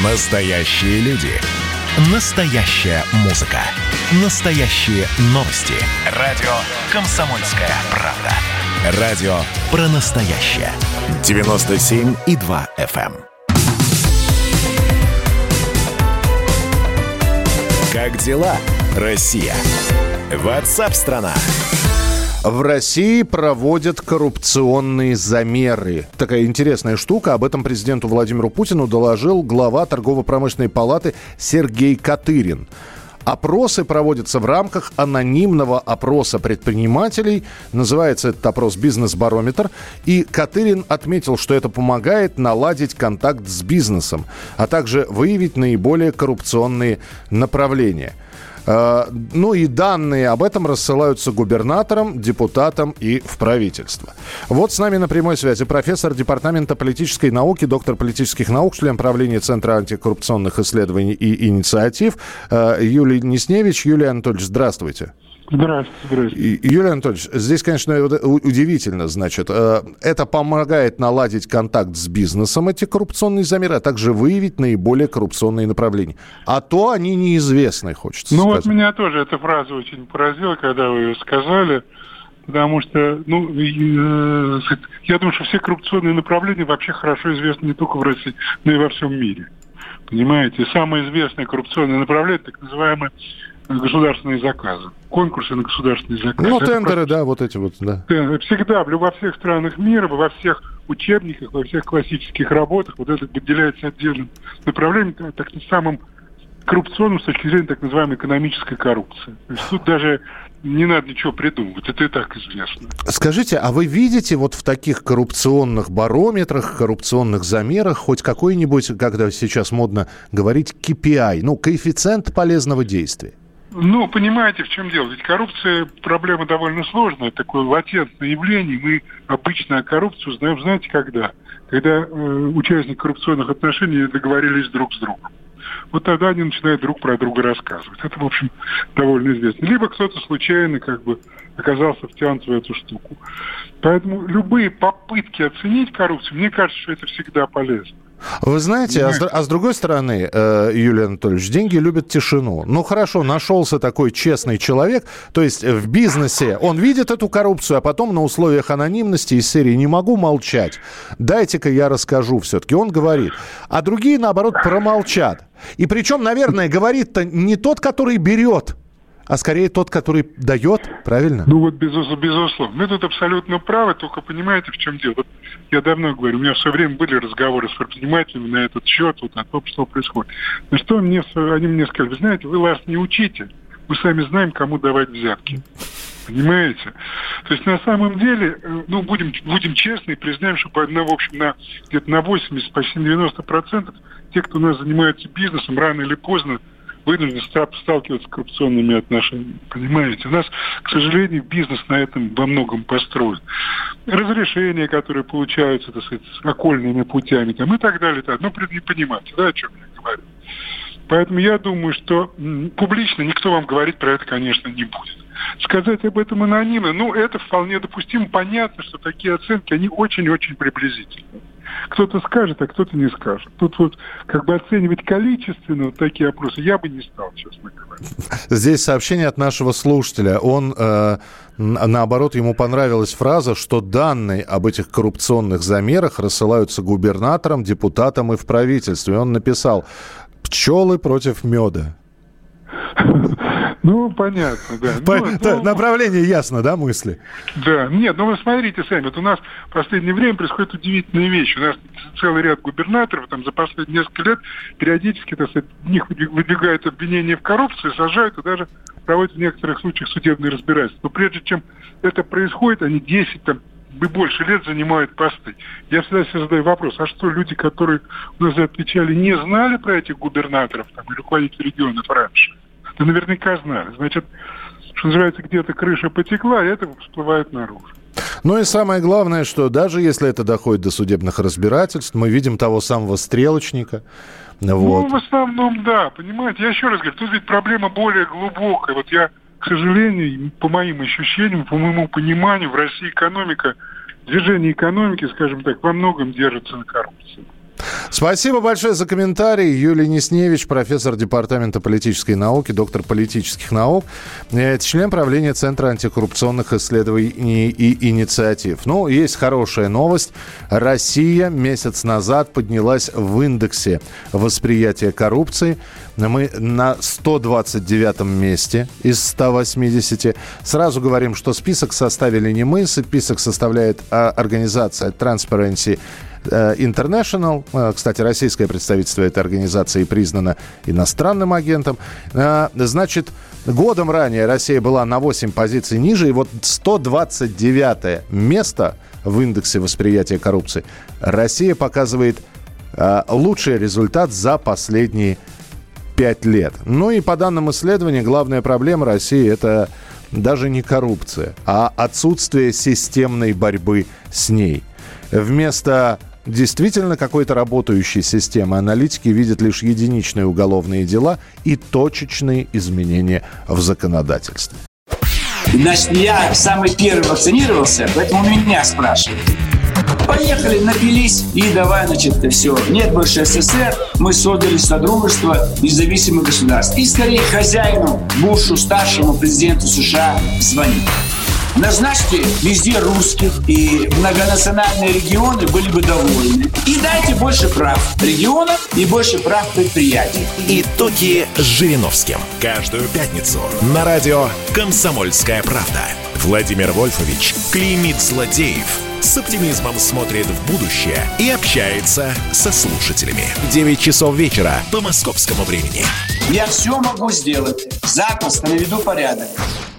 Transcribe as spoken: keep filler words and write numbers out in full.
Настоящие люди. Настоящая музыка. Настоящие новости. Радио «Комсомольская правда». Радио про настоящее. девяносто семь и два эф эм. Как дела, Россия? Ватсап-страна! В России проводят коррупционные замеры. Такая интересная штука. Об этом президенту Владимиру Путину доложил глава Торгово-промышленной палаты Сергей Катырин. Опросы проводятся в рамках анонимного опроса предпринимателей. Называется этот опрос «Бизнес-барометр». И Катырин отметил, что это помогает наладить контакт с бизнесом, а также выявить наиболее коррупционные направления. Ну и данные об этом рассылаются губернаторам, депутатам и в правительство. Вот с нами на прямой связи профессор департамента политической науки, доктор политических наук, член правления Центра антикоррупционных исследований и инициатив Юлий Несневич. Юлий Анатольевич, здравствуйте. Здравствуйте, здравствуйте. Юлий Анатольевич, здесь, конечно, удивительно, значит, это помогает наладить контакт с бизнесом, эти коррупционные замеры, а также выявить наиболее коррупционные направления. А то они неизвестны, хочется ну, сказать. Ну вот меня тоже эта фраза очень поразила, когда вы ее сказали, потому что, ну, я думаю, что все коррупционные направления вообще хорошо известны не только в России, но и во всем мире. Понимаете? Самое известное коррупционное направление, так называемое государственные заказы. Конкурсы на государственные заказы. Ну, это тендеры, просто... да, вот эти вот, да. Всегда, во всех странах мира, во всех учебниках, во всех классических работах вот это выделяется отдельным направлением, так самым коррупционным с точки зрения так называемой экономической коррупции. То есть тут даже не надо ничего придумывать, это и так известно. Скажите, а вы видите вот в таких коррупционных барометрах, коррупционных замерах хоть какой-нибудь, когда сейчас модно говорить, кей пи ай, ну, коэффициент полезного действия? Ну, понимаете, в чем дело? Ведь коррупция – проблема довольно сложная, такое латентное явление. Мы обычно коррупцию знаем, знаете, когда? Когда э, участники коррупционных отношений договорились друг с другом. Вот тогда они начинают друг про друга рассказывать. Это, в общем, довольно известно. Либо кто-то случайно как бы оказался втянут в эту штуку. Поэтому любые попытки оценить коррупцию, мне кажется, что это всегда полезно. Вы знаете, а с, а с другой стороны, э, Юлий Анатольевич, деньги любят тишину. Ну хорошо, нашелся такой честный человек, то есть в бизнесе он видит эту коррупцию, а потом на условиях анонимности из серии «не могу молчать, дайте-ка я расскажу все-таки». Он говорит, а другие, наоборот, промолчат. И причем, наверное, говорит-то не тот, который берет, а скорее тот, который дает, правильно? Ну вот, безусловно. Мы тут абсолютно правы, только понимаете, в чем дело. Вот я давно говорю, у меня все время были разговоры с предпринимателями на этот счет, вот о том, что происходит. Но что мне, они мне сказали, вы знаете, вы нас не учите, мы сами знаем, кому давать взятки. Понимаете? То есть на самом деле, ну, будем, будем честны и признаем, что, на, в общем, на, где-то на восемьдесят, почти девяносто процентов те, кто у нас занимается бизнесом, рано или поздно вынуждены сталкиваться с коррупционными отношениями. Понимаете? У нас, к сожалению, бизнес на этом во многом построен. Разрешения, которые получаются, так сказать, окольными путями там, и так далее. Так. Ну, не понимаете, да, о чем я говорю? Поэтому я думаю, что м, публично никто вам говорить про это, конечно, не будет. Сказать об этом анонимно, ну, это вполне допустимо. Понятно, что такие оценки, они очень-очень приблизительные. Кто-то скажет, а кто-то не скажет. Тут вот как бы оценивать количественно вот такие опросы я бы не стал, честно говоря. Здесь сообщение от нашего слушателя. Он, э, наоборот, ему понравилась фраза, что данные об этих коррупционных замерах рассылаются губернаторам, депутатам и в правительстве. Он написал «пчелы против меда». Ну, понятно, да. По, ну, да ну, направление ясно, да, мысли? Да. Нет, ну вы смотрите сами. Вот у нас в последнее время происходит удивительная вещь. У нас целый ряд губернаторов там за последние несколько лет периодически, так сказать, в них выдвигают обвинения в коррупции, сажают и даже проводят в некоторых случаях судебные разбирательства. Но прежде чем это происходит, они десять там и больше лет занимают посты. Я всегда себе задаю вопрос, а что люди, которые у нас отвечали, не знали про этих губернаторов там, и руководителей регионов раньше? Да наверняка знали. Значит, что называется, где-то крыша потекла, и это всплывает наружу. Ну и самое главное, что даже если это доходит до судебных разбирательств, мы видим того самого стрелочника. Вот. Ну, в основном, да, понимаете. Я еще раз говорю, тут ведь проблема более глубокая. Вот я, к сожалению, по моим ощущениям, по моему пониманию, в России экономика, движение экономики, скажем так, во многом держится на коррупции. Спасибо большое за комментарий. Юлий Несневич, профессор Департамента политической науки, доктор политических наук, член правления Центра антикоррупционных исследований и инициатив. Ну, есть хорошая новость. Россия месяц назад поднялась в индексе восприятия коррупции. Мы на сто двадцать девятом месте из ста восьмидесяти. Сразу говорим, что список составили не мы. Список составляет организация Transparency International. Кстати, российское представительство этой организации признано иностранным агентом. Значит, годом ранее Россия была на восемь позиций ниже. И вот сто двадцать девятое место в индексе восприятия коррупции Россия показывает лучший результат за последние пять лет. Ну и по данным исследования, главная проблема России – это даже не коррупция, а отсутствие системной борьбы с ней. Вместо действительно какой-то работающей системы аналитики видят лишь единичные уголовные дела и точечные изменения в законодательстве. Значит, я самый первый вакцинировался, поэтому меня спрашивают. Поехали, напились и давай, значит, все. Нет больше СССР, мы создали Содружество независимых государств. И скорее хозяину Бушу, старшему президенту США, звонить. Назначьте везде русских, и многонациональные регионы были бы довольны. И дайте больше прав регионам и больше прав предприятий. Итоги с Жириновским. Каждую пятницу на радио «Комсомольская правда». Владимир Вольфович клеймит злодеев, с оптимизмом смотрит в будущее и общается со слушателями. девять часов вечера по московскому времени. Я все могу сделать. Запросто наведу порядок.